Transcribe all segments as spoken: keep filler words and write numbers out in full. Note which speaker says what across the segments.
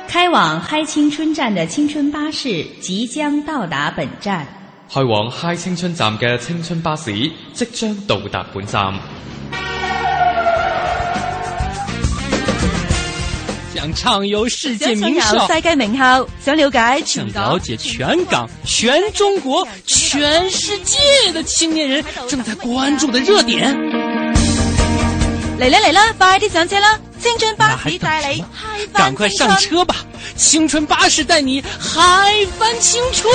Speaker 1: 开往嗨青春站的青春巴士即将到达本站。
Speaker 2: 去往嗨青春站嘅青春巴士即將到達本站。
Speaker 3: 想暢遊世界名校，
Speaker 4: 世界名校，想了解全
Speaker 3: 港，了解全港、全中國、全世界的青年人正在關注的熱點。
Speaker 4: 嚟啦嚟啦，快啲上車啦！青春巴士帶你嗨翻青春，
Speaker 3: 趕快上車吧！青春巴士帶你嗨翻青春。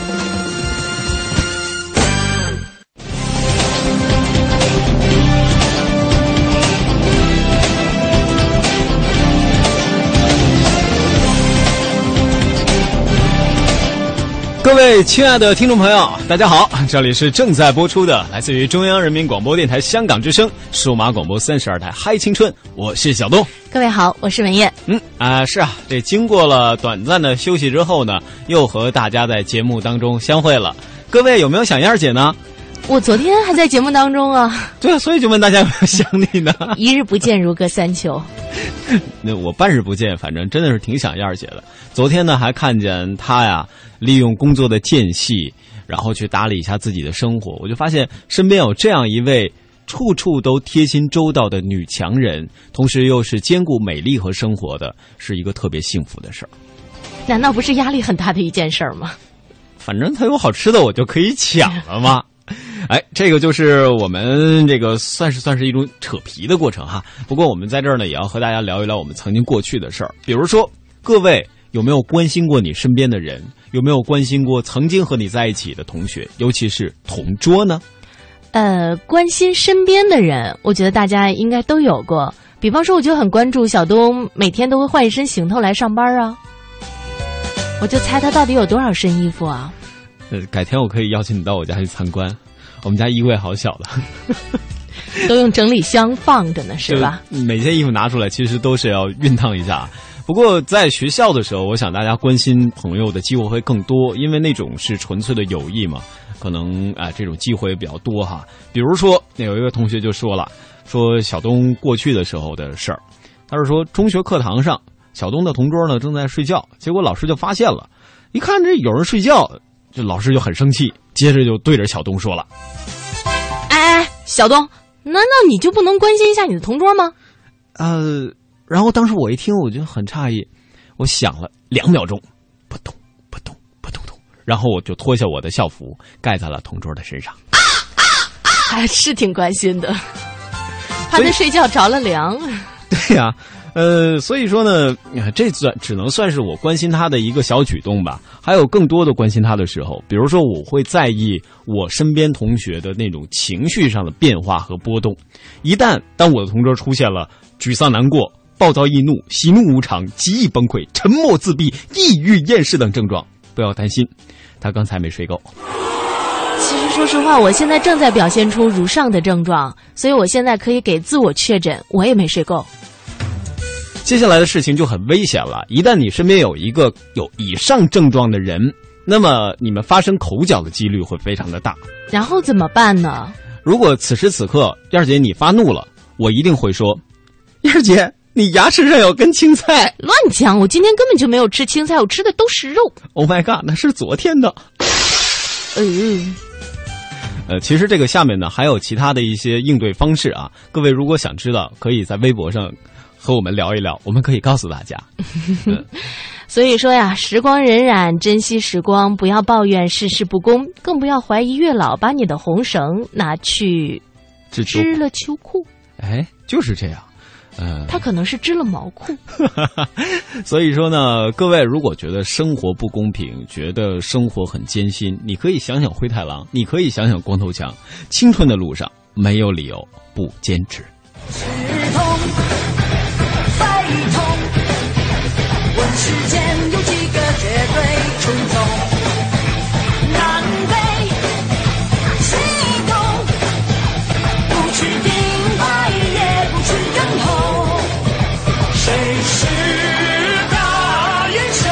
Speaker 5: 各位亲爱的听众朋友，大家好，这里是正在播出的来自于中央人民广播电台香港之声数码广播三十二台嗨青春，我是小东。
Speaker 6: 各位好，我是文燕。
Speaker 5: 嗯啊、呃，是啊，这经过了短暂的休息之后呢，又和大家在节目当中相会了。各位有没有想燕儿姐呢？
Speaker 6: 我昨天还在节目当中啊。
Speaker 5: 对啊，所以就问大家有没有想你呢？
Speaker 6: 一日不见如隔三秋。
Speaker 5: 那我半日不见，反正真的是挺想燕儿姐的。昨天呢，还看见她呀，利用工作的间隙，然后去打理一下自己的生活。我就发现身边有这样一位处处都贴心周到的女强人，同时又是兼顾美丽和生活的，是一个特别幸福的事儿。
Speaker 6: 难道不是压力很大的一件事儿吗？
Speaker 5: 反正她有好吃的，我就可以抢了嘛。哎，这个就是我们这个算是算是一种扯皮的过程哈。不过我们在这儿呢，也要和大家聊一聊我们曾经过去的事儿。比如说，各位有没有关心过你身边的人？有没有关心过曾经和你在一起的同学，尤其是同桌呢？
Speaker 6: 呃，关心身边的人，我觉得大家应该都有过。比方说，我就很关注小东每天都会换一身行头来上班啊。我就猜他到底有多少身衣服啊？
Speaker 5: 呃，改天我可以邀请你到我家去参观，我们家衣柜好小的，
Speaker 6: 都用整理箱放着呢，是吧？
Speaker 5: 每件衣服拿出来，其实都是要熨烫一下。不过在学校的时候，我想大家关心朋友的机会会更多，因为那种是纯粹的友谊嘛，可能啊、呃、这种机会比较多哈。比如说，有一个同学就说了，说小东过去的时候的事儿，他是说中学课堂上，小东的同桌呢正在睡觉，结果老师就发现了，一看这有人睡觉。这老师就很生气，接着就对着小东说了：“
Speaker 6: 哎哎，小东，难道你就不能关心一下你的同桌吗？”
Speaker 5: 呃，然后当时我一听，我就很诧异，我想了两秒钟，扑通扑通扑通通，然后我就脱下我的校服盖在了同桌的身上。
Speaker 6: 还是挺关心的，怕他睡觉着了凉。
Speaker 5: 对呀、啊。呃，所以说呢，这算只能算是我关心他的一个小举动吧。还有更多的关心他的时候，比如说我会在意我身边同学的那种情绪上的变化和波动。一旦当我的同桌出现了沮丧难过、暴躁易怒、喜怒无常、极易崩溃、沉默自闭、抑郁厌世等症状，不要担心，他刚才没睡够。
Speaker 6: 其实说实话，我现在正在表现出如上的症状，所以我现在可以给自我确诊，我也没睡够。
Speaker 5: 接下来的事情就很危险了，一旦你身边有一个有以上症状的人，那么你们发生口角的几率会非常的大。
Speaker 6: 然后怎么办呢？
Speaker 5: 如果此时此刻燕儿姐你发怒了，我一定会说，燕儿姐你牙齿上有根青菜。
Speaker 6: 乱讲，我今天根本就没有吃青菜，我吃的都是肉。
Speaker 5: Oh my god， 那是昨天的。
Speaker 6: 嗯
Speaker 5: 呃，其实这个下面呢还有其他的一些应对方式啊，各位如果想知道，可以在微博上和我们聊一聊，我们可以告诉大家。嗯、
Speaker 6: 所以说呀，时光荏苒，珍惜时光，不要抱怨世事不公，更不要怀疑月老把你的红绳拿去织了秋裤。
Speaker 5: 哎，就是这样。呃，
Speaker 6: 他可能是织了毛裤。
Speaker 5: 所以说呢，各位如果觉得生活不公平，觉得生活很艰辛，你可以想想灰太狼，你可以想想光头强，青春的路上没有理由不坚持。
Speaker 7: 是痛再痛，问世间有几个绝对纯种，南北西东，不去顶白也不去跟头，谁是大英雄？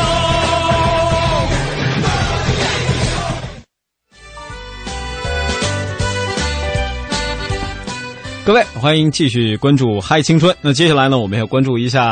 Speaker 5: 各位，欢迎继续关注嗨青春。那接下来呢，我们要关注一下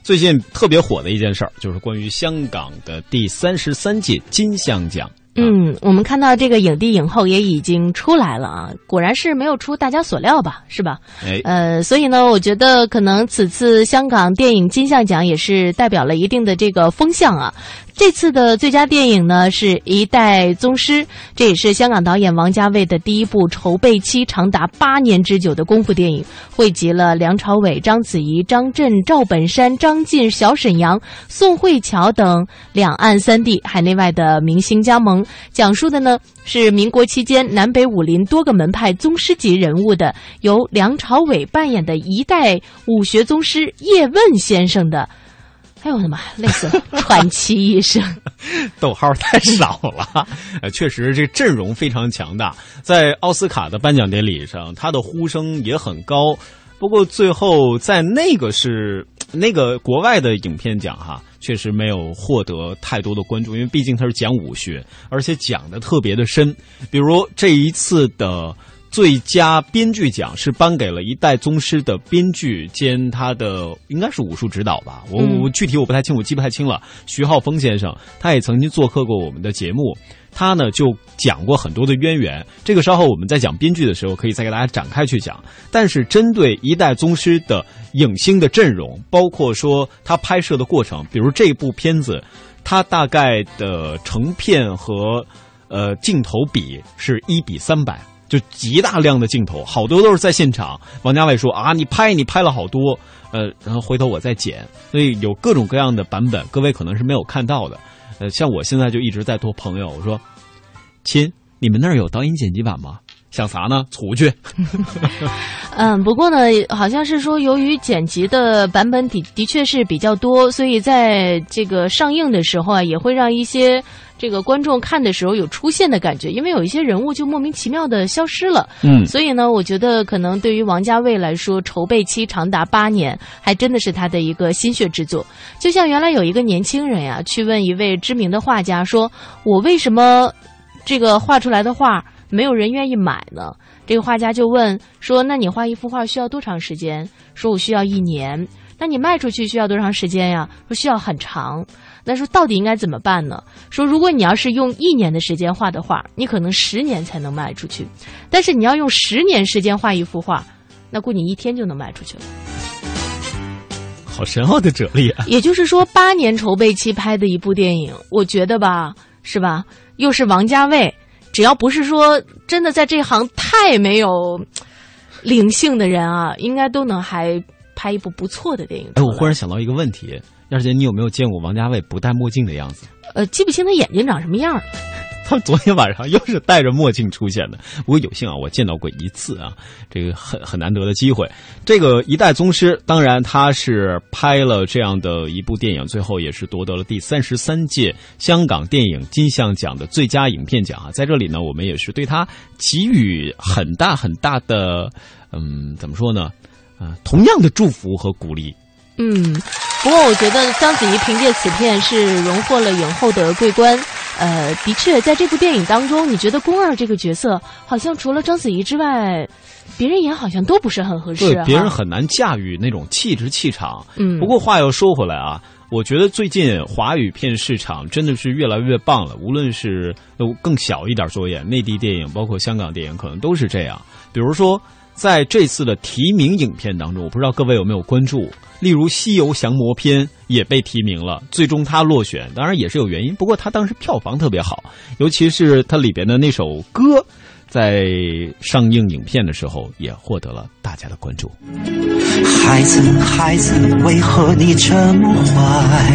Speaker 5: 最近特别火的一件事儿，就是关于香港的第三十三届金像奖。
Speaker 6: 嗯，我们看到这个影帝影后也已经出来了啊，果然是没有出大家所料吧，是吧？
Speaker 5: 哎，
Speaker 6: 呃，所以呢，我觉得可能此次香港电影金像奖也是代表了一定的这个风向啊。这次的最佳电影呢是《一代宗师》，这也是香港导演王家卫的第一部筹备期长达八年之久的功夫电影，汇集了梁朝伟、章子怡、张震、赵本山、张晋、小沈阳、宋慧乔等两岸三地海内外的明星加盟，讲述的呢是民国期间南北武林多个门派宗师级人物的由梁朝伟扮演的一代武学宗师叶问先生的，哎呦我的妈，累死了！传奇一生，
Speaker 5: 逗号太少了。呃，确实这阵容非常强大，在奥斯卡的颁奖典礼上，他的呼声也很高。不过最后在那个是那个国外的影片奖哈，确实没有获得太多的关注，因为毕竟它是讲武学，而且讲的特别的深。比如这一次的最佳编剧奖是颁给了一代宗师的编剧兼他的应该是武术指导吧，我我具体我不太清楚，记不太清了。徐浩峰先生，他也曾经做客过我们的节目，他呢就讲过很多的渊源。这个稍后我们在讲编剧的时候，可以再给大家展开去讲。但是针对一代宗师的影星的阵容，包括说他拍摄的过程，比如这部片子，它大概的成片和呃镜头比是一比三百。就极大量的镜头，好多都是在现场。王家卫说啊，你拍你拍了好多，呃，然后回头我再剪，所以有各种各样的版本，各位可能是没有看到的。呃，像我现在就一直在托朋友，我说，亲，你们那儿有导演剪辑版吗？想啥呢？出去。
Speaker 6: 嗯，不过呢，好像是说，由于剪辑的版本的的确是比较多，所以在这个上映的时候啊，也会让一些这个观众看的时候有出现的感觉，因为有一些人物就莫名其妙的消失了。
Speaker 5: 嗯，
Speaker 6: 所以呢，我觉得可能对于王家卫来说，筹备期长达八年，还真的是他的一个心血之作。就像原来有一个年轻人呀，去问一位知名的画家说：“我为什么这个画出来的画没有人愿意买呢？”这个画家就问说：“那你画一幅画需要多长时间？”说：“我需要一年。”那你卖出去需要多长时间呀？说需要很长。那说到底应该怎么办呢？说如果你要是用一年的时间画的画，你可能十年才能卖出去；但是你要用十年时间画一幅画，那估计一天就能卖出去了。
Speaker 5: 好深奥的哲理啊！
Speaker 6: 也就是说，八年筹备期拍的一部电影，我觉得吧，是吧？又是王家卫，只要不是说真的在这行太没有灵性的人啊，应该都能还拍一部不错的电影。
Speaker 5: 哎，我忽然想到一个问题，燕儿姐，你有没有见过王家卫不戴墨镜的样子？
Speaker 6: 呃，记不清他眼睛长什么样。
Speaker 5: 他昨天晚上又是戴着墨镜出现的，不过有幸啊，我见到过一次啊，这个很很难得的机会。这个一代宗师，当然他是拍了这样的一部电影，最后也是夺得了第三十三届香港电影金像奖的最佳影片奖啊。在这里呢，我们也是对他给予很大很大的，嗯，怎么说呢？啊，同样的祝福和鼓励。
Speaker 6: 嗯，不过我觉得章子怡凭借此片是荣获了影后的桂冠。呃，的确，在这部电影当中，你觉得宫二这个角色好像除了章子怡之外，别人演好像都不是很合适。
Speaker 5: 对，别人很难驾驭那种气质气场。
Speaker 6: 嗯，
Speaker 5: 不过话又说回来啊，我觉得最近华语片市场真的是越来越棒了，无论是更小一点作业，内地电影，包括香港电影，可能都是这样。比如说，在这次的提名影片当中，我不知道各位有没有关注，例如《西游降魔篇》也被提名了，最终它落选，当然也是有原因，不过它当时票房特别好，尤其是它里边的那首歌，在上映影片的时候也获得了大家的关注。
Speaker 8: 孩子，孩子，为何你这么坏？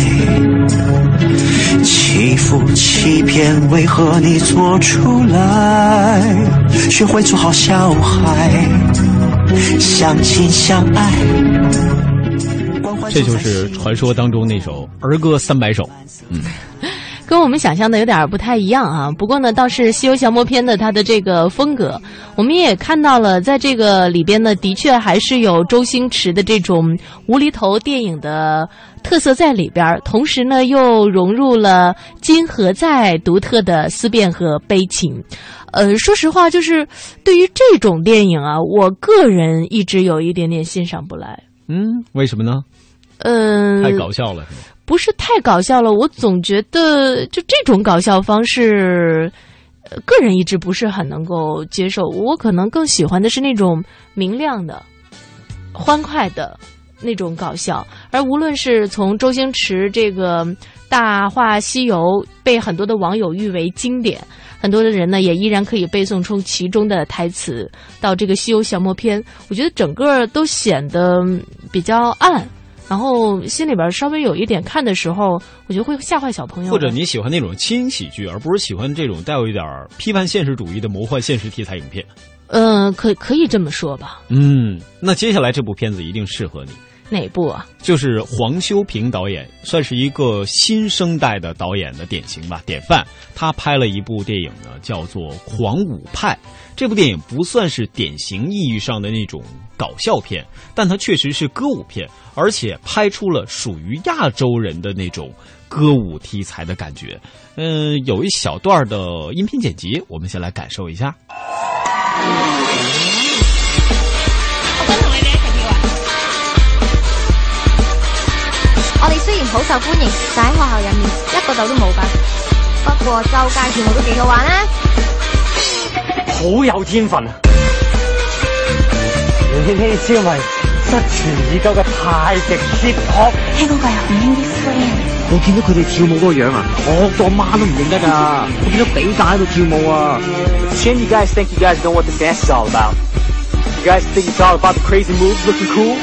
Speaker 8: 欺负欺骗，为何你做出来？学会做好小孩，相亲相爱。
Speaker 5: 这就是传说当中那首儿歌三百首。嗯，
Speaker 6: 跟我们想象的有点不太一样啊。不过呢，倒是《西游降魔篇》的它的这个风格，我们也看到了，在这个里边呢，的确还是有周星驰的这种无厘头电影的特色在里边，同时呢，又融入了金河在独特的思辨和悲情。呃，说实话，就是对于这种电影啊，我个人一直有一点点欣赏不来。
Speaker 5: 嗯，为什么呢？
Speaker 6: 嗯、
Speaker 5: 呃，太搞笑了是吗？
Speaker 6: 不是太搞笑了，我总觉得就这种搞笑方式，呃，个人一直不是很能够接受。我可能更喜欢的是那种明亮的、欢快的那种搞笑。而无论是从周星驰这个《大话西游》被很多的网友誉为经典，很多的人呢也依然可以背诵出其中的台词，到这个《西游降魔篇》，我觉得整个都显得比较暗。然后心里边稍微有一点看的时候，我觉得会吓坏小朋友。
Speaker 5: 或者你喜欢那种轻喜剧，而不是喜欢这种带有一点批判现实主义的魔幻现实题材影片。
Speaker 6: 呃，可可以这么说吧。
Speaker 5: 嗯，那接下来这部片子一定适合你。
Speaker 6: 哪部啊？就是
Speaker 5: 黄修平导演，算是一个新生代的导演的典型吧，典范。他拍了一部电影呢，叫做《狂舞派》。这部电影不算是典型意义上的那种搞笑片，但它确实是歌舞片，而且拍出了属于亚洲人的那种歌舞题材的感觉。嗯、呃，有一小段的音频剪辑，我们先来感受一下。
Speaker 9: 我哋雖然好受歡迎，但喺學校入面一個竇都冇㗎。不過周街跳舞都幾好玩啦，
Speaker 10: 好有天分啊！你呢招咪失傳已久嘅太極 hip hop，
Speaker 9: 聽講佢係洪興啲 friend。
Speaker 10: 我見到佢哋跳舞嗰個樣啊，我當媽都唔認得㗎。我見到比價喺度跳舞啊。Shouldn't you guys think you guys know what the dance is all about? You guys think it's all about the crazy moves looking cool?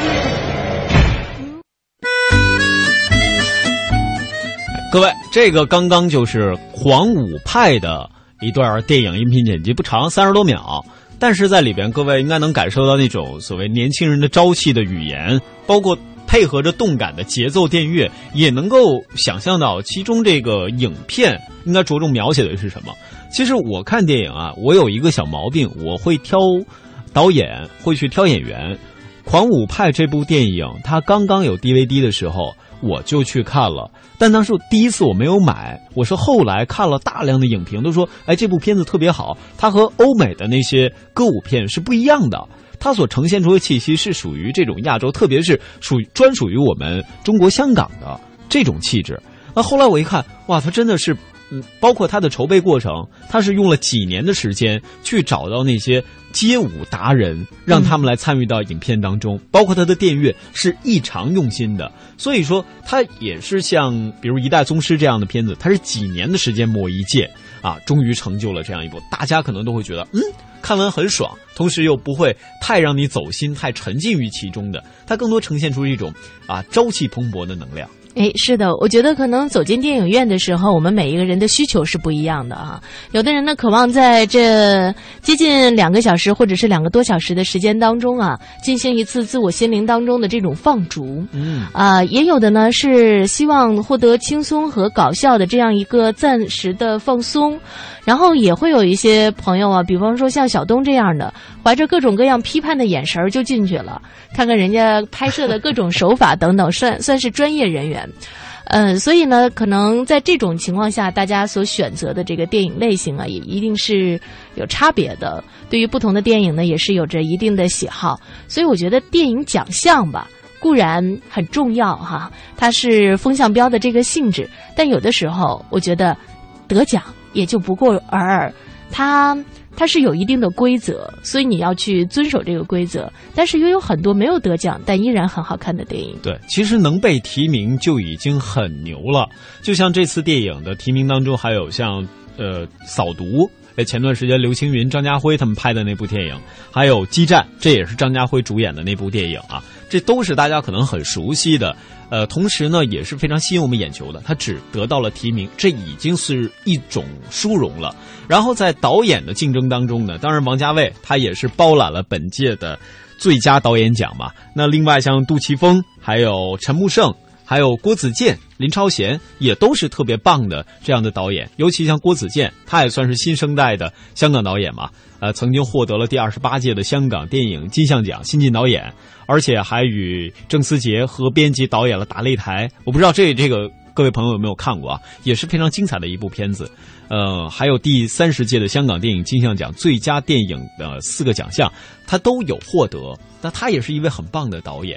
Speaker 5: 各位，这个刚刚就是狂舞派的一段电影音频剪辑，不长，三十多秒，但是在里边各位应该能感受到那种所谓年轻人的朝气的语言，包括配合着动感的节奏电乐，也能够想象到其中这个影片应该着重描写的是什么。其实我看电影啊，我有一个小毛病，我会挑导演，会去挑演员。狂舞派这部电影它刚刚有 D V D 的时候我就去看了，但当时第一次我没有买，我是后来看了大量的影评都说，哎，这部片子特别好，它和欧美的那些歌舞片是不一样的，它所呈现出的气息是属于这种亚洲，特别是属于专属于我们中国香港的这种气质。那后来我一看，哇，它真的是嗯，包括它的筹备过程，它是用了几年的时间去找到那些街舞达人，让他们来参与到影片当中，嗯、包括它的电乐是异常用心的。所以说，它也是像比如《一代宗师》这样的片子，它是几年的时间磨一剑啊，终于成就了这样一部，大家可能都会觉得，嗯，看完很爽，同时又不会太让你走心、太沉浸于其中的，它更多呈现出一种啊朝气蓬勃的能量。
Speaker 6: 哎，是的，我觉得可能走进电影院的时候，我们每一个人的需求是不一样的啊。有的人呢，渴望在这接近两个小时或者是两个多小时的时间当中啊，进行一次自我心灵当中的这种放逐。嗯，啊、呃，也有的呢是希望获得轻松和搞笑的这样一个暂时的放松。然后也会有一些朋友啊，比方说像小东这样的，怀着各种各样批判的眼神就进去了，看看人家拍摄的各种手法等等，算算是专业人员。呃，所以呢，可能在这种情况下，大家所选择的这个电影类型啊，也一定是有差别的。对于不同的电影呢，也是有着一定的喜好。所以我觉得电影奖项吧，固然很重要哈，它是风向标的这个性质，但有的时候我觉得得奖也就不过尔尔，它它是有一定的规则，所以你要去遵守这个规则。但是也有很多没有得奖但依然很好看的电影。
Speaker 5: 对，其实能被提名就已经很牛了。就像这次电影的提名当中，还有像呃扫毒，哎，前段时间刘青云、张家辉他们拍的那部电影，还有激战，这也是张家辉主演的那部电影啊，这都是大家可能很熟悉的。呃，同时呢，也是非常吸引我们眼球的。他只得到了提名，这已经是一种殊荣了。然后在导演的竞争当中呢，当然王家卫他也是包揽了本届的最佳导演奖嘛。那另外像杜琪峰、还有陈木胜、还有郭子健、林超贤也都是特别棒的这样的导演。尤其像郭子健，他也算是新生代的香港导演嘛。呃，曾经获得了第二十八届的香港电影金像奖新晋导演，而且还与郑思杰合编辑导演了《打擂台》。我不知道这这个各位朋友有没有看过啊？也是非常精彩的一部片子。呃，还有第三十届的香港电影金像奖最佳电影的四个奖项，他都有获得。那他也是一位很棒的导演。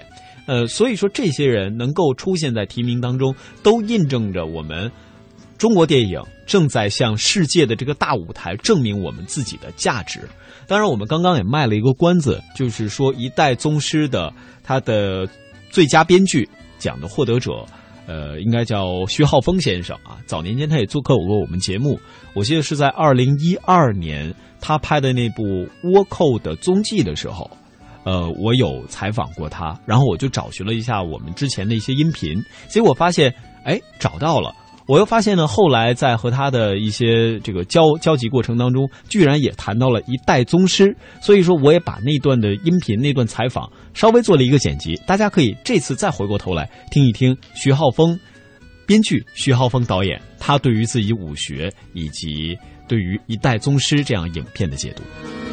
Speaker 5: 呃，所以说这些人能够出现在提名当中，都印证着我们中国电影正在向世界的这个大舞台证明我们自己的价值。当然我们刚刚也卖了一个关子，就是说一代宗师的他的最佳编剧奖的获得者呃，应该叫徐浩峰先生啊。早年间他也做客过我们节目，我记得是在二零一二年他拍的那部《倭寇的踪迹》的时候，呃，我有采访过他，然后我就找寻了一下我们之前的一些音频，结果发现，哎，找到了。我又发现呢，后来在和他的一些这个交交集过程当中，居然也谈到了一代宗师。所以说，我也把那段的音频、那段采访稍微做了一个剪辑，大家可以这次再回过头来听一听徐浩峰编剧、徐浩峰导演他对于自己武学以及对于一代宗师这样影片的解读。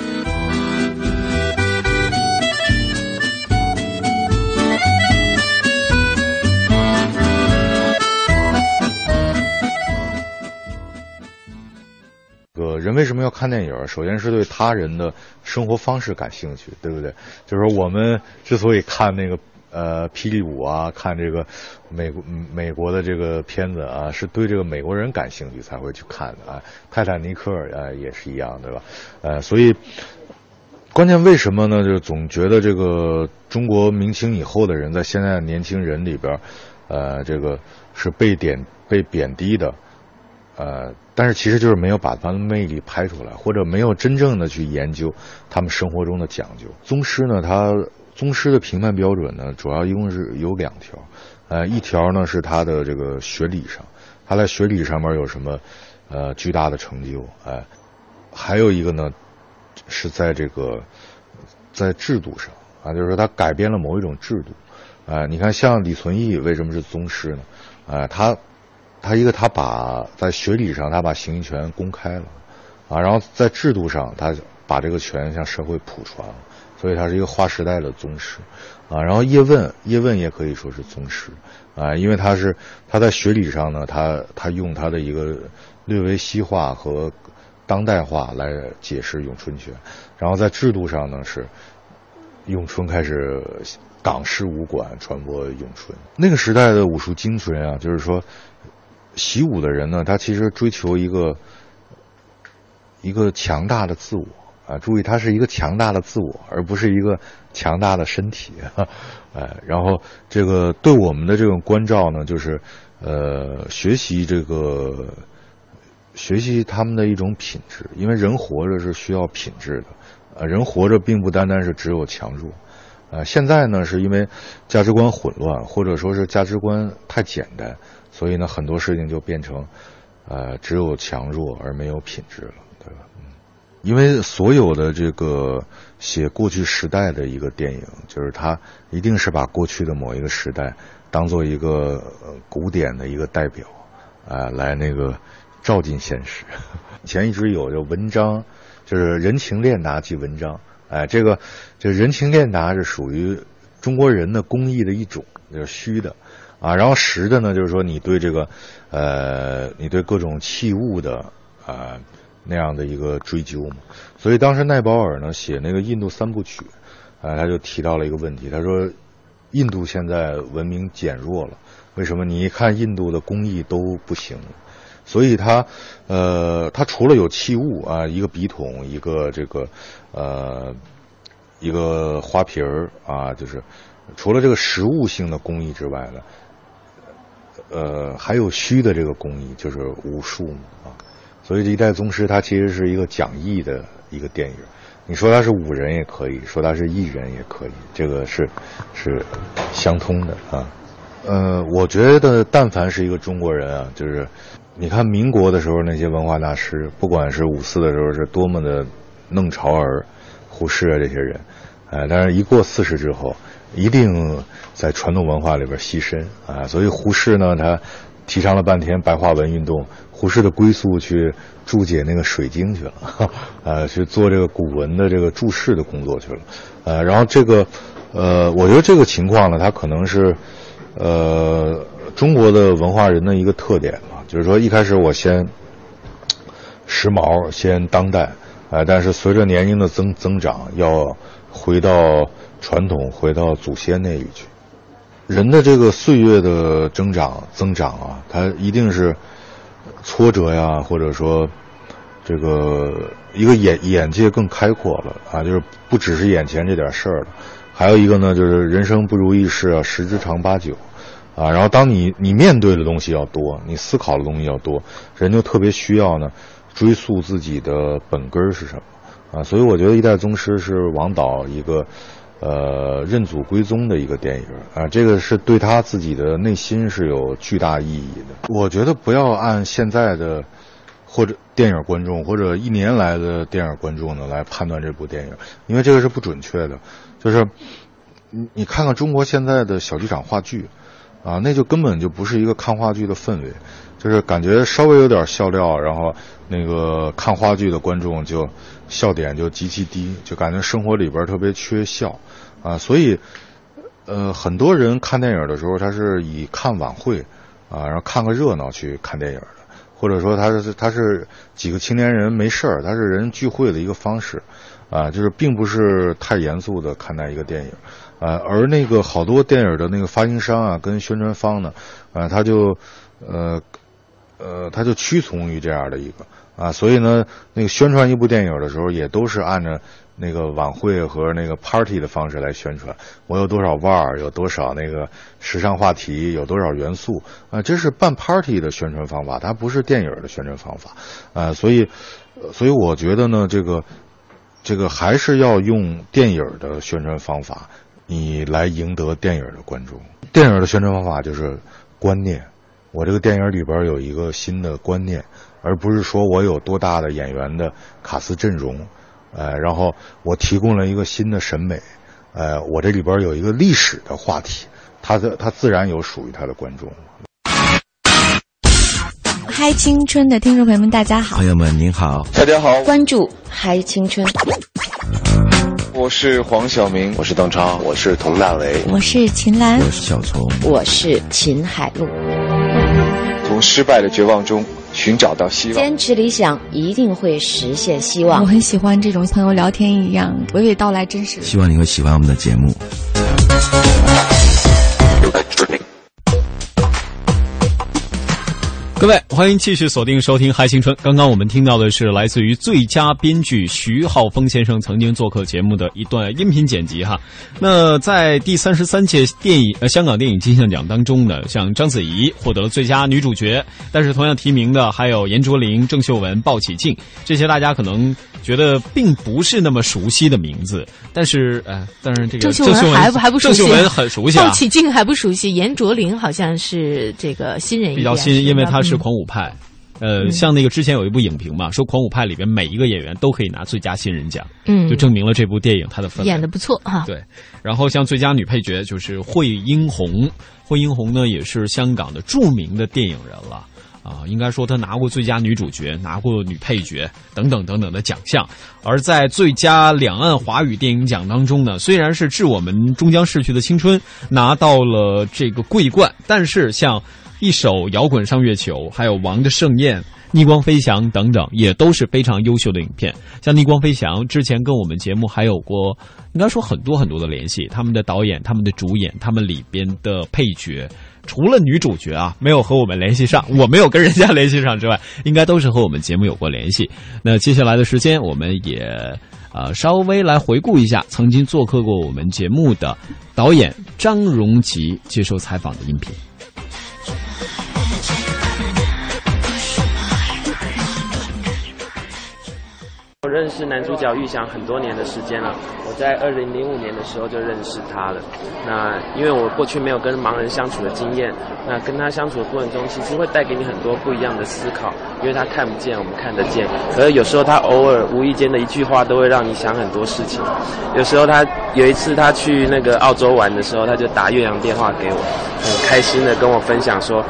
Speaker 11: 呃，人为什么要看电影？首先是对他人的生活方式感兴趣，对不对？就是说我们之所以看那个呃霹雳舞啊，看这个美国美国的这个片子啊，是对这个美国人感兴趣才会去看的啊。泰坦尼克啊也是一样，对吧？呃，所以关键为什么呢？就总觉得这个中国明清以后的人在现在的年轻人里边，呃，这个是被贬被贬低的。呃，但是其实就是没有把他们的魅力拍出来，或者没有真正的去研究他们生活中的讲究。宗师呢，他宗师的评判标准呢，主要一共是有两条，呃，一条呢是他的这个学理上，他在学理上面有什么呃巨大的成就，哎、呃，还有一个呢是在这个在制度上啊，就是说他改变了某一种制度，啊、呃，你看像李存义为什么是宗师呢？啊、呃，他。他一个，他把在学理上他把形意权公开了，啊，然后在制度上他把这个权向社会普传了，所以他是一个划时代的宗师，啊，然后叶问，叶问也可以说是宗师，啊，因为他是他在学理上呢，他他用他的一个略微西化和当代化来解释咏春拳，然后在制度上呢是咏春开始港式武馆传播咏春，那个时代的武术精髓啊，就是说。习武的人呢，他其实追求一个一个强大的自我啊，注意，他是一个强大的自我，而不是一个强大的身体，哎，然后这个对我们的这种关照呢，就是呃，学习这个学习他们的一种品质，因为人活着是需要品质的，呃，人活着并不单单是只有强弱，呃，现在呢是因为价值观混乱，或者说是价值观太简单。所以呢，很多事情就变成，呃，只有强弱而没有品质了，对吧？嗯，因为所有的这个写过去时代的一个电影，就是它一定是把过去的某一个时代当做一个、呃、古典的一个代表，啊、呃，来那个照进现实。以前一直有就文章，就是人情练达即文章，哎、呃，这个这人情练达是属于中国人的工艺的一种，就是虚的。啊，然后实的呢，就是说你对这个，呃，你对各种器物的啊、呃、那样的一个追究嘛。所以当时奈保尔呢写那个印度三部曲，啊、呃，他就提到了一个问题，他说，印度现在文明减弱了，为什么？你一看印度的工艺都不行，所以他，呃，他除了有器物啊，一个笔筒，一个这个，呃，一个花瓶儿啊，就是除了这个实物性的工艺之外呢。呃，还有虚的这个工艺，就是武术嘛啊，所以这一代宗师它其实是一个讲义的一个电影。你说他是武人也可以，说他是艺人也可以，这个是是相通的啊。呃，我觉得但凡是一个中国人啊，就是你看民国的时候那些文化大师，不管是五四的时候是多么的弄潮儿、胡适啊这些人，呃，但是一过四十之后。一定在传统文化里边牺牲啊，所以胡适呢，他提倡了半天白话文运动，胡适的归宿去注解那个水经去了，呃，去做这个古文的这个注释的工作去了，呃，然后这个，呃，我觉得这个情况呢，它可能是，呃，中国的文化人的一个特点嘛，就是说一开始我先时髦，先当代，呃，但是随着年龄的增增长，要回到。传统回到祖先那里去， 人的这个岁月的增长增长啊，它一定是挫折呀，或者说这个一个眼眼界更开阔了啊，就是不只是眼前这点事儿了。还有一个呢，就是人生不如意事啊，十之常八九啊。然后当你你面对的东西要多，你思考的东西要多，人就特别需要呢追溯自己的本根是什么啊。所以我觉得《一代宗师》是王导一个呃认祖归宗的一个电影啊，这个是对他自己的内心是有巨大意义的。我觉得不要按现在的或者电影观众或者一年来的电影观众呢来判断这部电影，因为这个是不准确的。就是你你看看中国现在的小剧场话剧啊，那就根本就不是一个看话剧的氛围，就是感觉稍微有点笑料，然后那个看话剧的观众就笑点就极其低，就感觉生活里边特别缺笑啊。所以呃很多人看电影的时候他是以看晚会啊，然后看个热闹去看电影的，或者说他是他是几个青年人没事儿，他是人聚会的一个方式啊，就是并不是太严肃的看待一个电影啊。而那个好多电影的那个发行商啊跟宣传方呢啊，他就呃呃他就屈从于这样的一个啊，所以呢那个宣传一部电影的时候也都是按照那个晚会和那个 party 的方式来宣传，我有多少腕儿，有多少那个时尚话题，有多少元素啊，这是办 party 的宣传方法，它不是电影的宣传方法啊。所以所以我觉得呢这个这个还是要用电影的宣传方法你来赢得电影的观众。电影的宣传方法就是观念，我这个电影里边有一个新的观念，而不是说我有多大的演员的卡司阵容，呃，然后我提供了一个新的审美，呃，我这里边有一个历史的话题，它的它自然有属于它的观众。
Speaker 12: 嗨青春的听众朋友们大家好，
Speaker 13: 朋友们您好，
Speaker 14: 大家好，
Speaker 12: 关注嗨青春。
Speaker 14: 我是黄晓明，
Speaker 15: 我是邓超，我是佟大为，
Speaker 12: 我是秦岚，
Speaker 13: 我是小虫，
Speaker 16: 我是秦海璐。
Speaker 14: 从失败的绝望中寻找到希望，
Speaker 16: 坚持理想一定会实现希望。
Speaker 12: 我很喜欢这种朋友聊天一样娓娓道来真实，
Speaker 13: 希望你会喜欢我们的节目。
Speaker 5: 各位，欢迎继续锁定收听《嗨青春》。刚刚我们听到的是来自于最佳编剧徐浩峰先生曾经做客节目的一段音频剪辑哈。那在第三十三届电影呃香港电影金像奖当中呢，像章子怡获得了最佳女主角，但是同样提名的还有严卓琳、郑秀文、鲍起静，这些大家可能觉得并不是那么熟悉的名字，但是呃，当然这个
Speaker 6: 郑秀文还不还不熟悉，
Speaker 5: 郑秀文很熟悉啊，
Speaker 6: 鲍起静还不熟悉，严卓琳好像是这个新人一点，
Speaker 5: 比较新，因为他是。是狂舞派，呃、嗯，像那个之前有一部影评嘛，说狂舞派里边每一个演员都可以拿最佳新人奖，嗯，就证明了这部电影它的氛围
Speaker 6: 演得不错哈。
Speaker 5: 对，然后像最佳女配角就是惠英红，惠英红呢也是香港的著名的电影人了啊，应该说她拿过最佳女主角，拿过女配角等等等等的奖项。而在最佳两岸华语电影奖当中呢，虽然是致我们终将逝去的青春拿到了这个桂冠，但是像一首摇滚上月球，还有王的盛宴、逆光飞翔等等，也都是非常优秀的影片。像逆光飞翔之前跟我们节目还有过应该说很多很多的联系，他们的导演、他们的主演、他们里边的配角，除了女主角啊没有和我们联系上，我没有跟人家联系上之外，应该都是和我们节目有过联系。那接下来的时间我们也呃稍微来回顾一下曾经做客过我们节目的导演张荣吉接受采访的音频。
Speaker 17: 我认识男主角玉祥很多年的时间了，我在二零零五年的时候就认识他了。那因为我过去没有跟盲人相处的经验，那跟他相处的过程中，其实会带给你很多不一样的思考，因为他看不见，我们看得见。可是有时候他偶尔无意间的一句话，都会让你想很多事情。有时候他有一次他去那个澳洲玩的时候，他就打越洋电话给我，很开心的跟我分享说，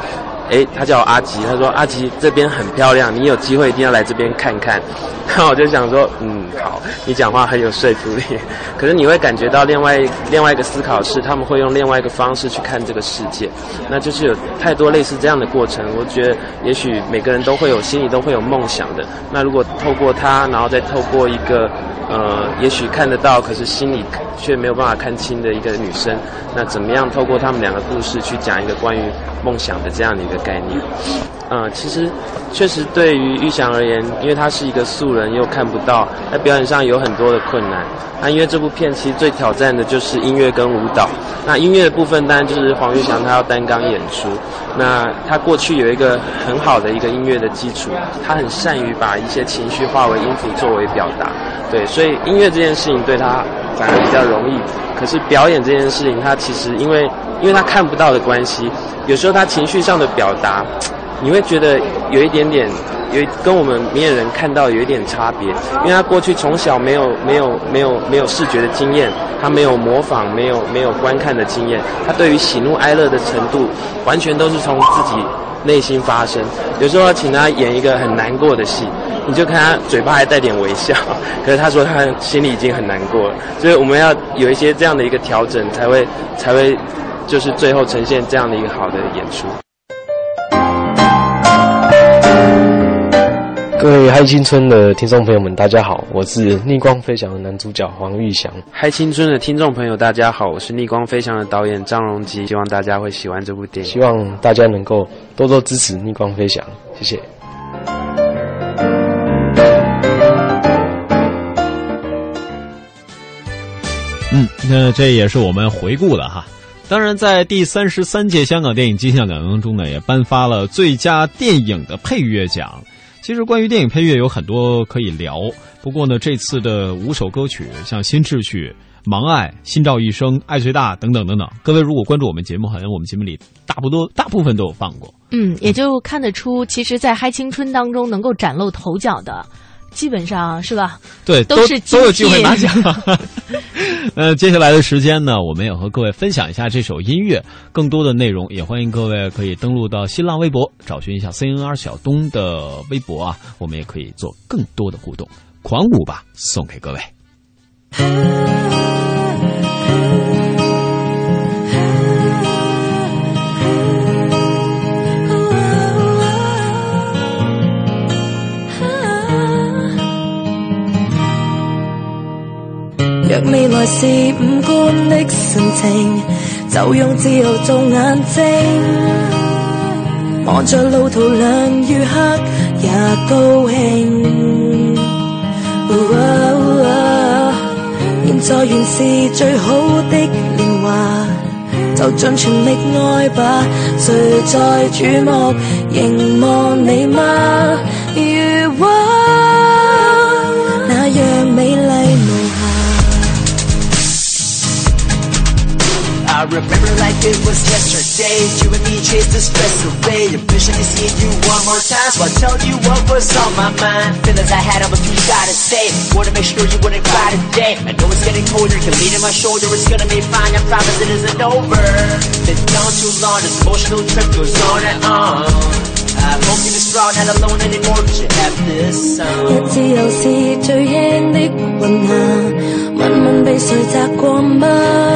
Speaker 17: 诶，他叫我阿吉，他说阿吉这边很漂亮，你有机会一定要来这边看看。那我就想说，嗯，好，你讲话很有说服力。可是你会感觉到另外另外一个思考是，他们会用另外一个方式去看这个世界，那就是有太多类似这样的过程。我觉得也许每个人都会有心里都会有梦想的。那如果透过他，然后再透过一个呃，也许看得到，可是心里却没有办法看清的一个女生，那怎么样透过他们两个故事去讲一个关于梦想的这样的一个概念？呃，其实确实对于玉祥而言，因为他是一个素人又看不到，在表演上有很多的困难。那因为这部片其实最挑战的就是音乐跟舞蹈。那音乐的部分当然就是黄玉祥他要单纲演出。那他过去有一个很好的一个音乐的基础，他很善于把一些情绪化为音符作为表达。对，所以音乐这件事情对他反而比较容易。可是表演这件事情，他其实因为因为他看不到的关系，有时候他情绪上的表达，你会觉得有一点点，有跟我们明眼人看到有一点差别，因为他过去从小没有没有没有没有视觉的经验，他没有模仿，没有没有观看的经验，他对于喜怒哀乐的程度，完全都是从自己内心发生。有时候要请他演一个很难过的戏，你就看他嘴巴还带点微笑，可是他说他心里已经很难过了。所以我们要有一些这样的一个调整，才会才会就是最后呈现这样的一个好的演出。
Speaker 18: 各位嗨青春的听众朋友们，大家好，我是逆光飞翔的男主角黄玉祥。
Speaker 17: 嗨青春的听众朋友，大家好，我是逆光飞翔的导演张荣基，希望大家会喜欢这部电影，
Speaker 18: 希望大家能够多多支持逆光飞翔，谢谢。
Speaker 5: 嗯，那这也是我们回顾的哈。当然，在第三十三届香港电影金像奖当中呢，也颁发了最佳电影的配乐奖。其实关于电影配乐有很多可以聊，不过呢，这次的五首歌曲，像《新秩序》、《盲爱》、《心照一生》、《爱最大》等等等等，各位如果关注我们节目，好像我们节目里大不多大部分都有放过。
Speaker 6: 嗯，也就看得出，其实，在嗨青春当中能够崭露头角的，基本上是吧？
Speaker 5: 对，
Speaker 6: 都是
Speaker 5: 都有机会拿奖。呃，接下来的时间呢，我们也和各位分享一下这首音乐，更多的内容也欢迎各位可以登录到新浪微博，找寻一下 C N R 小东的微博啊，我们也可以做更多的互动。狂舞吧，送给各位。
Speaker 7: 若未來是五官的神情，就用自由做眼睛，望着路途亮與黑也高興。哦哦哦，現在原是最好的年華，就盡全力愛吧。誰在注目凝望你嗎？如畫那樣美麗無瑕。
Speaker 19: I remember like it was yesterday. You and me chased the stress away. Ambition is seeing you one more time, so I tell you what was on my mind. Feelings I had, almost you gotta say. Wanna make sure you wouldn't cry today. I know it's getting colder, you can lean on my shoulder. It's gonna be fine, I promise it isn't over. Been gone too long, this emotional trip goes on and on. I hope you're strong, not alone anymore, cause you have this song.
Speaker 7: 一自由是最輕的雲霞，問問被誰摘過嗎？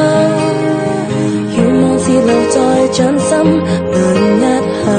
Speaker 7: 願望是留在掌心涼一下。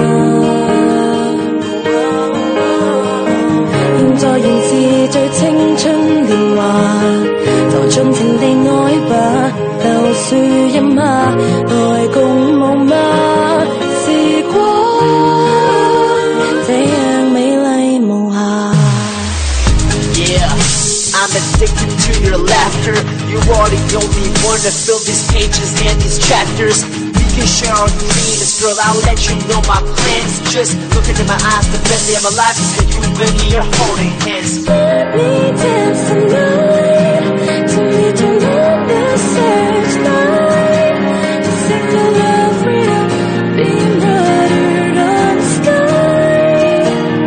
Speaker 7: 現在仍是最青春年華，就盡情地愛吧，就樹蔭下來共舞嗎？時光這樣美麗無瑕。
Speaker 19: Yeah, I'm addicted to your laughter. You are the only one to fill these pages and these chapters. We can share our dreams, girl, I'll let you know my plans. Just look into my eyes, the best day of my life is when you've been here holding hands.
Speaker 7: Let me dance tonight, to meet you on the searchlight. To sing the love freedom, being murdered on the sky.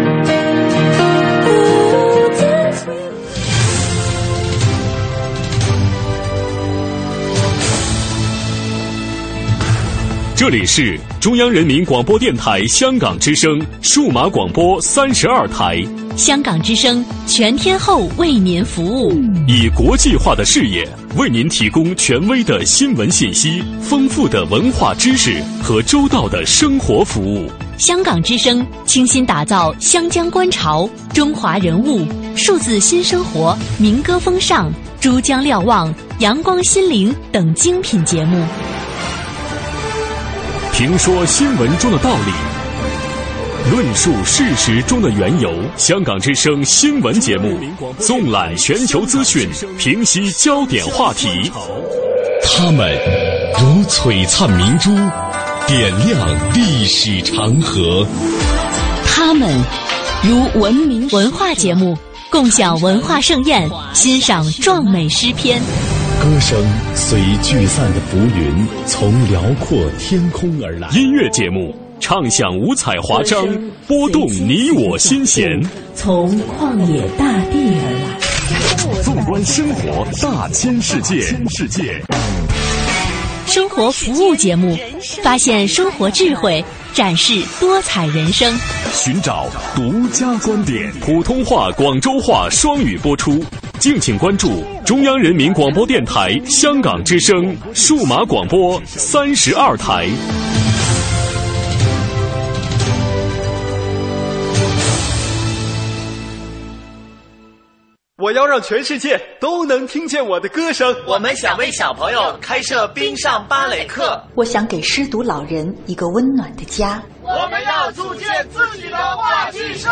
Speaker 7: Oh, dance with me.
Speaker 20: 这里是中央人民广播电台香港之声数码广播三十二台，
Speaker 1: 香港之声全天候为您服务，
Speaker 20: 以国际化的视野为您提供权威的新闻信息、丰富的文化知识和周到的生活服务。
Speaker 1: 香港之声倾心打造湘江观潮、中华人物、数字新生活、民歌风尚、珠江瞭望、阳光心灵等精品节目，
Speaker 20: 评说新闻中的道理，论述事实中的缘由。香港之声新闻节目纵览全球资讯，平息焦点话题。他们如璀璨明珠，点亮历史长河。
Speaker 1: 他们如文明文化节目，共享文化盛宴，欣赏壮美诗篇。
Speaker 20: 歌声随聚散的浮云，从辽阔天空而来。音乐节目唱响五彩华章，拨动你我心弦，
Speaker 1: 从旷野大地而来。
Speaker 20: 纵观生活大千世界，世界
Speaker 1: 生活服务节目，发现生活智慧，展示多彩人生，
Speaker 20: 寻找独家观点。普通话、广州话双语播出，敬请关注中央人民广播电台香港之声数码广播三十二台。
Speaker 21: 我要让全世界都能听见我的歌声。
Speaker 22: 我们想为小朋友开设冰上芭蕾课。
Speaker 23: 我想给失独老人一个温暖的家。
Speaker 24: 我们要组建自己的话剧社。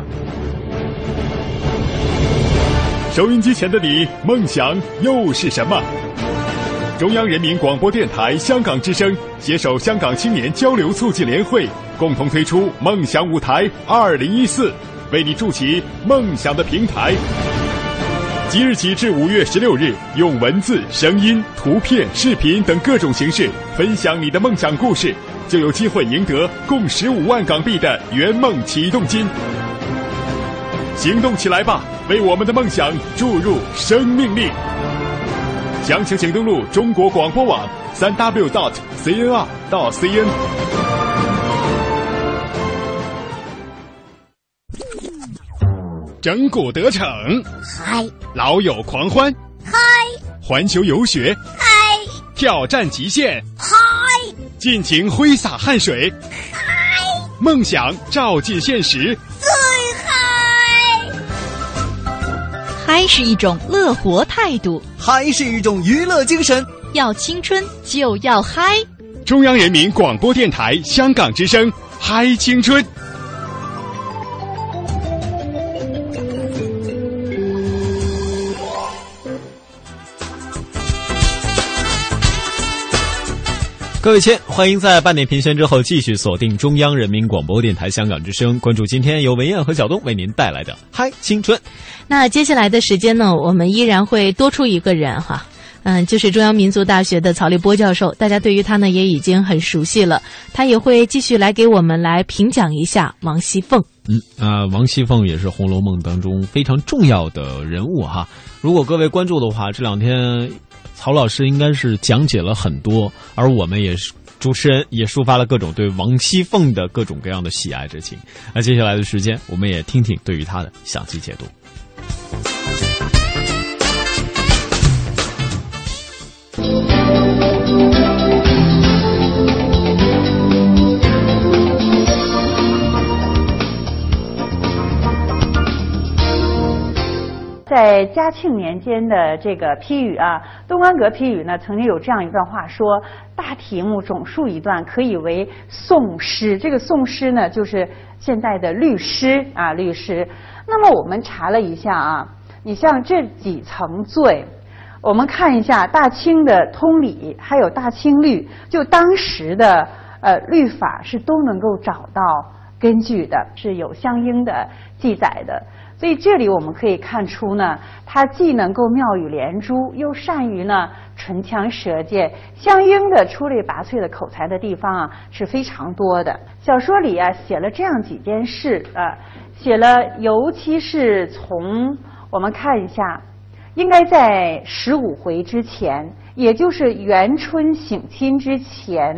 Speaker 25: 收音机前的你，梦想又是什么？中央人民广播电台香港之声携手香港青年交流促进联会，共同推出梦想舞台二零一四，为你筑起梦想的平台。即日起至五月十六日，用文字、声音、图片、视频等各种形式分享你的梦想故事，就有机会赢得共十五万港币的圆梦启动金。行动起来吧，为我们的梦想注入生命力。详情请登录中国广播网三 w dot c n r dot c n。整蛊得逞，
Speaker 26: 嗨；
Speaker 25: 老友狂欢，
Speaker 26: 嗨；
Speaker 25: 环球游学，
Speaker 26: 嗨；
Speaker 25: 挑战极限，
Speaker 26: 嗨；
Speaker 25: 尽情挥洒汗水，
Speaker 26: 嗨；
Speaker 25: 梦想照进现实，
Speaker 26: 最嗨。
Speaker 4: 嗨是一种乐活态度，
Speaker 21: 嗨是一种娱乐精神。
Speaker 4: 要青春就要嗨。
Speaker 25: 中央人民广播电台香港之声，嗨青春。
Speaker 5: 各位亲，欢迎在半点评宣之后继续锁定中央人民广播电台香港之声，关注今天由文燕和小东为您带来的嗨青春。
Speaker 6: 那接下来的时间呢，我们依然会多出一个人哈，嗯，就是中央民族大学的曹立波教授，大家对于他呢也已经很熟悉了，他也会继续来给我们来评讲一下王熙凤。
Speaker 5: 嗯啊、呃，王熙凤也是《红楼梦》当中非常重要的人物哈。如果各位关注的话，这两天曹老师应该是讲解了很多，而我们也是主持人也抒发了各种对王熙凤的各种各样的喜爱之情。那接下来的时间，我们也听听对于他的详细解读。
Speaker 27: 在嘉庆年间的这个批语啊，东关阁批语呢，曾经有这样一段话说：大题目总述一段，可以为宋诗。这个宋诗呢，就是现在的律诗啊，律诗。那么我们查了一下啊，你像这几层罪，我们看一下大清的通理，还有大清律，就当时的呃律法是都能够找到根据的，是有相应的记载的。所以这里我们可以看出呢，他既能够妙语连珠，又善于呢唇枪舌剑，相应的出类拔萃的口才的地方啊是非常多的。小说里啊写了这样几件事啊，写了尤其是从我们看一下，应该在十五回之前，也就是元春省亲之前，就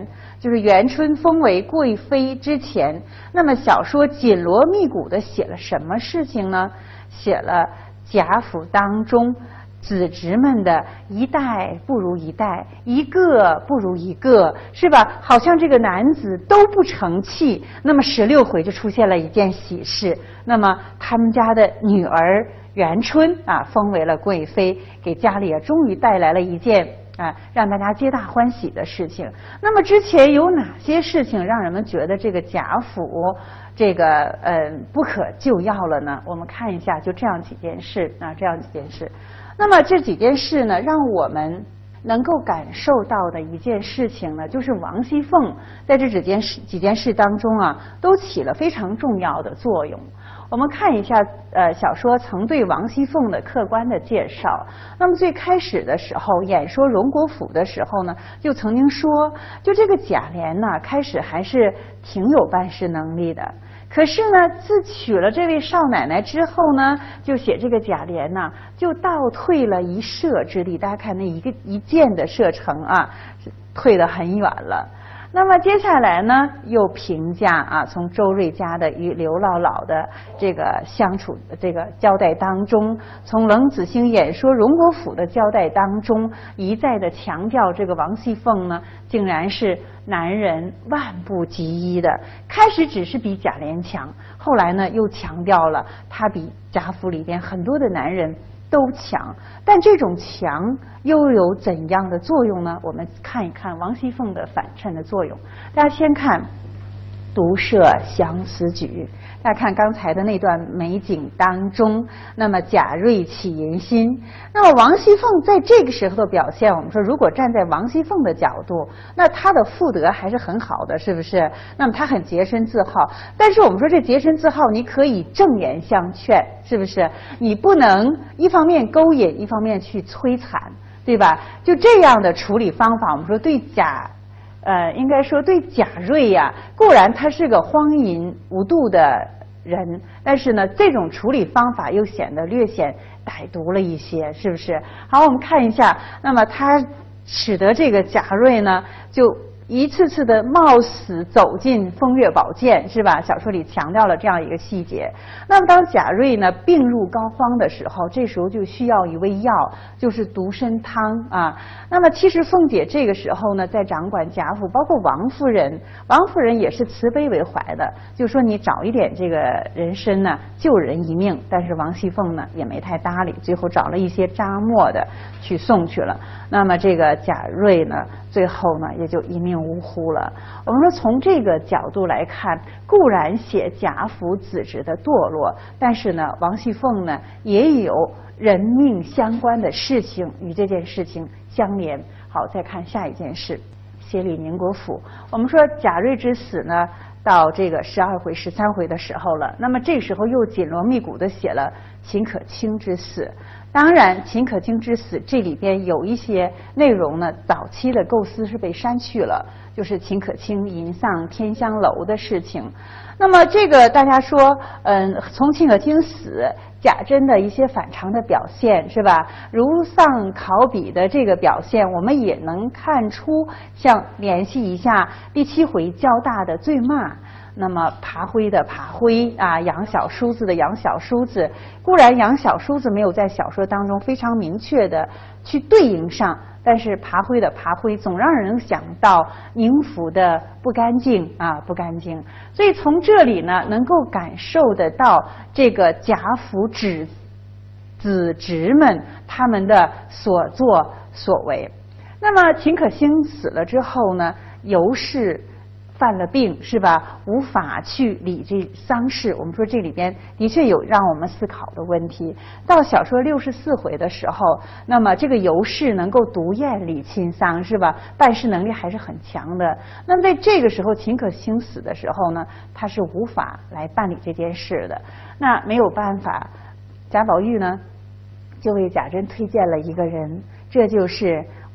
Speaker 27: 就是元春封为贵妃之前，那么小说紧锣密鼓的写了什么事情呢？写了贾府当中子侄们的一代不如一代，一个不如一个，是吧？好像这个男子都不成器。那么十六回就出现了一件喜事，那么他们家的女儿元春啊，封为了贵妃，给家里啊终于带来了一件啊让大家皆大欢喜的事情。那么之前有哪些事情让人们觉得这个贾府这个呃不可救药了呢？我们看一下，就这样几件事啊，这样几件事。那么这几件事呢，让我们能够感受到的一件事情呢，就是王熙凤在这几件事几件事当中啊，都起了非常重要的作用。我们看一下，呃，小说曾对王熙凤的客观的介绍。那么最开始的时候，演说荣国府的时候呢，就曾经说，就这个贾琏呢，开始还是挺有办事能力的。可是呢，自娶了这位少奶奶之后呢，就写这个贾琏呢，就倒退了一射之力。大家看那一个一箭的射程啊，退得很远了。那么接下来呢，又评价啊，从周瑞家的与刘姥姥的这个相处这个交代当中，从冷子兴演说荣国府的交代当中，一再的强调这个王熙凤呢，竟然是男人万不及一的。开始只是比贾琏强，后来呢又强调了他比贾府里边很多的男人都强。但这种强又有怎样的作用呢？我们看一看王熙凤的反衬的作用。大家先看独设相思局，大家看刚才的那段美景当中，那么贾瑞起淫心，那么王熙凤在这个时候的表现，我们说如果站在王熙凤的角度，那她的妇德还是很好的，是不是？那么她很洁身自好，但是我们说这洁身自好，你可以正言相劝，是不是？你不能一方面勾引，一方面去摧残，对吧？就这样的处理方法，我们说对贾呃，应该说对贾瑞呀、啊，固然他是个荒淫无度的人，但是呢，这种处理方法又显得略显歹毒了一些，是不是？好，我们看一下，那么他使得这个贾瑞呢，就一次次的冒死走进风月宝鉴，是吧？小说里强调了这样一个细节。那么当贾瑞呢病入膏肓的时候，这时候就需要一味药，就是独参汤啊。那么其实凤姐这个时候呢，在掌管贾府，包括王夫人，王夫人也是慈悲为怀的，就说你找一点这个人参呢，救人一命。但是王熙凤呢也没太搭理，最后找了一些扎末的去送去了。那么这个贾瑞呢，最后呢也就一命呜呼了。我们说从这个角度来看，固然写贾府子侄的堕落，但是呢，王熙凤呢也有人命相关的事情与这件事情相连。好，再看下一件事，协理宁国府。我们说贾瑞之死呢，到这个十二回、十三回的时候了，那么这时候又紧锣密鼓的写了秦可卿之死。当然，秦可卿之死这里边有一些内容呢，早期的构思是被删去了，就是秦可卿迎丧天香楼的事情。那么这个大家说，嗯，从秦可卿死，贾珍的一些反常的表现，是吧？如丧考妣的这个表现，我们也能看出，像联系一下第七回较大的醉骂。那么爬灰的爬灰啊，杨小叔子的杨小叔子，固然杨小叔子没有在小说当中非常明确的去对应上，但是爬灰的爬灰总让人想到宁府的不干净啊，不干净。所以从这里呢，能够感受得到这个贾府子子侄们他们的所作所为。那么秦可卿死了之后呢，尤氏犯了病，是吧？无法去理这丧事。我们说这里边的确有让我们思考的问题。到小说六十四回的时候，那么这个尤氏能够独宴理亲丧，是吧？办事能力还是很强的。那么在这个时候，秦可卿死的时候呢，他是无法来办理这件事的。那没有办法，贾宝玉呢，就为贾珍推荐了一个人，这就是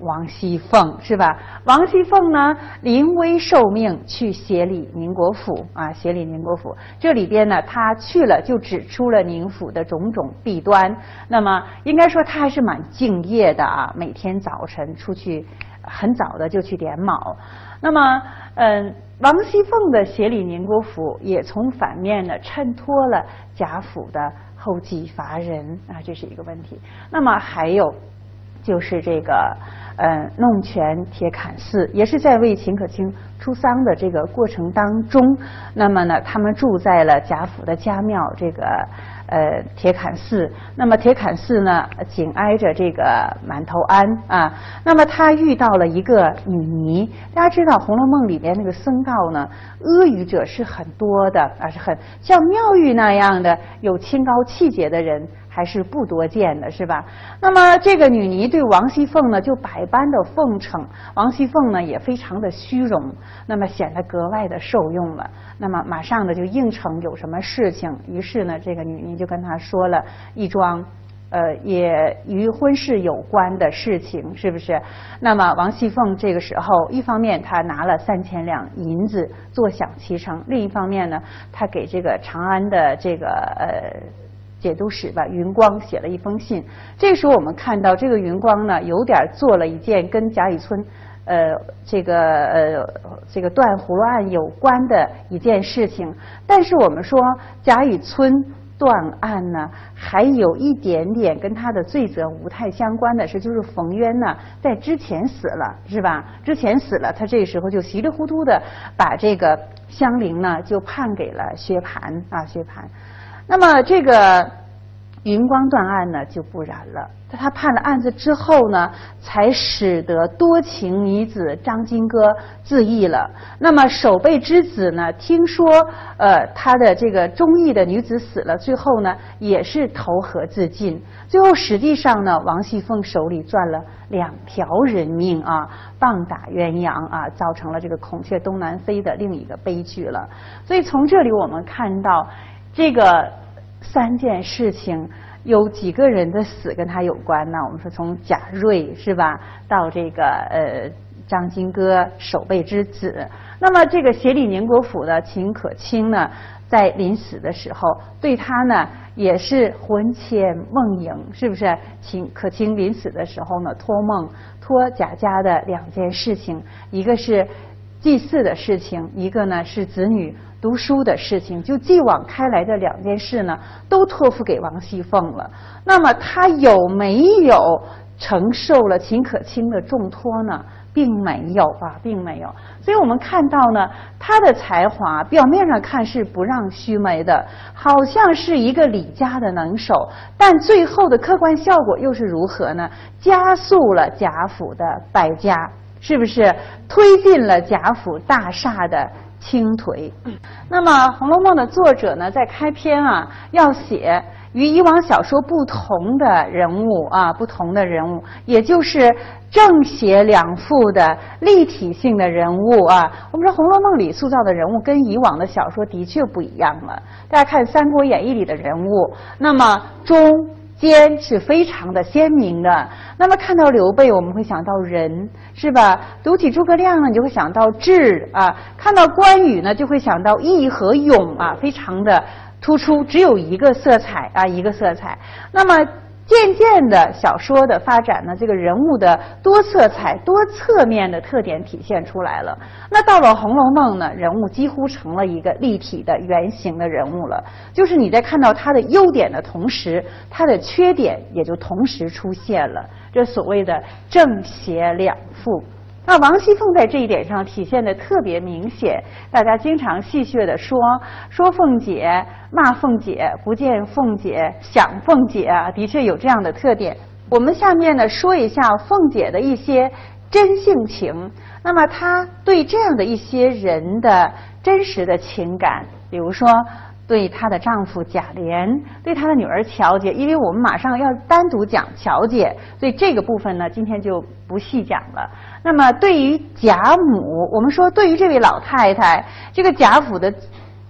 Speaker 27: 王熙凤，是吧？王熙凤呢，临危受命去协理宁国府啊，协理宁国府。这里边呢，她去了就指出了宁府的种种弊端。那么应该说她还是蛮敬业的啊，每天早晨出去很早的就去点卯。那么，嗯，王熙凤的协理宁国府也从反面呢衬托了贾府的后继乏人啊，这是一个问题。那么还有就是这个呃弄权铁槛寺，也是在为秦可卿出丧的这个过程当中，那么呢他们住在了贾府的家庙这个呃铁槛寺。那么铁槛寺呢紧挨着这个满头庵啊。那么他遇到了一个女尼，大家知道《红楼梦》里面那个僧道呢，阿谀者是很多的，而是很像妙玉那样的有清高气节的人还是不多见的，是吧？那么这个女尼对王熙凤呢就百般的奉承，王熙凤呢也非常的虚荣，那么显得格外的受用了。那么马上呢就应承有什么事情，于是呢这个女尼就跟他说了一桩呃也与婚事有关的事情，是不是？那么王熙凤这个时候一方面她拿了三千两银子坐享其成，另一方面呢她给这个长安的这个呃节度使吧云光写了一封信。这时候我们看到这个云光呢有点做了一件跟贾雨村呃这个呃这个断葫芦案有关的一件事情，但是我们说贾雨村断案呢还有一点点跟他的罪责无太相关的是，就是冯渊呢在之前死了，是吧？之前死了，他这时候就稀里糊涂的把这个香菱呢就判给了薛蟠啊薛蟠。那么这个云光断案呢就不然了，他判了案子之后呢，才使得多情女子张金戈自缢了。那么守备之子呢，听说呃他的这个中意的女子死了，最后呢也是投河自尽。最后实际上呢，王熙凤手里攥了两条人命啊，棒打鸳鸯啊，造成了这个孔雀东南飞的另一个悲剧了。所以从这里我们看到这个三件事情有几个人的死跟他有关呢？我们说从贾瑞是吧，到这个呃张金戈守备之子。那么这个协理宁国府的秦可卿呢，在临死的时候对他呢也是魂牵梦萦，是不是？秦可卿临死的时候呢，托梦托贾家的两件事情，一个是祭祀的事情，一个呢是子女读书的事情，就继往开来的两件事呢，都托付给王熙凤了。那么他有没有承受了秦可卿的重托呢？并没有啊，并没有。所以我们看到呢，他的才华表面上看是不让须眉的，好像是一个李家的能手，但最后的客观效果又是如何呢？加速了贾府的败家，是不是？推进了贾府大厦的倾颓。那么《红楼梦》的作者呢，在开篇啊，要写与以往小说不同的人物啊，不同的人物，也就是正邪两副的立体性的人物啊。我们说《红楼梦》里塑造的人物跟以往的小说的确不一样了。大家看《三国演义》里的人物，那么中间是非常的鲜明的。那么看到刘备，我们会想到仁，是吧？读起诸葛亮呢，你就会想到智啊；看到关羽呢，就会想到义和勇啊，非常的突出，只有一个色彩啊，一个色彩。那么渐渐的小说的发展呢，这个人物的多色彩、多侧面的特点体现出来了。那到了《红楼梦》呢，人物几乎成了一个立体的圆形的人物了，就是你在看到他的优点的同时，他的缺点也就同时出现了，这所谓的正邪两副。那王熙凤在这一点上体现的特别明显，大家经常戏谑的说说凤姐，骂凤姐，不见凤姐想凤姐啊，的确有这样的特点。我们下面呢说一下凤姐的一些真性情，那么她对这样的一些人的真实的情感，比如说对她的丈夫贾琏，对她的女儿乔姐，因为我们马上要单独讲乔姐，所以这个部分呢今天就不细讲了。那么对于贾母，我们说对于这位老太太，这个贾府的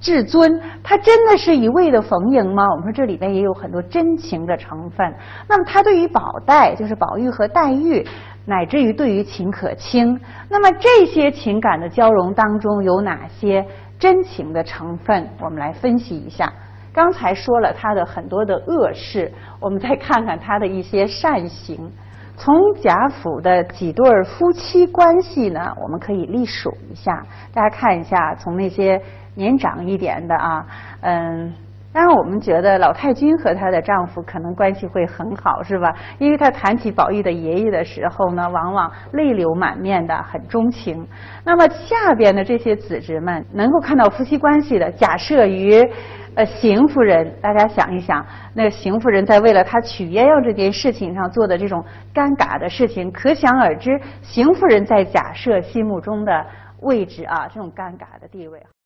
Speaker 27: 至尊，他真的是一味的逢迎吗？我们说这里边也有很多真情的成分。那么他对于宝黛，就是宝玉和黛玉，乃至于对于秦可卿，那么这些情感的交融当中有哪些真情的成分？我们来分析一下。刚才说了他的很多的恶事，我们再看看他的一些善行。从贾府的几对夫妻关系呢，我们可以例数一下，大家看一下，从那些年长一点的啊，嗯，当然我们觉得老太君和她的丈夫可能关系会很好，是吧？因为她谈起宝玉的爷爷的时候呢，往往泪流满面的，很钟情。那么下边的这些子侄们能够看到夫妻关系的，假设于呃，邢夫人，大家想一想，那个邢夫人在为了她娶鸳鸯这件事情上做的这种尴尬的事情，可想而知，邢夫人在贾赦心目中的位置啊，这种尴尬的地位。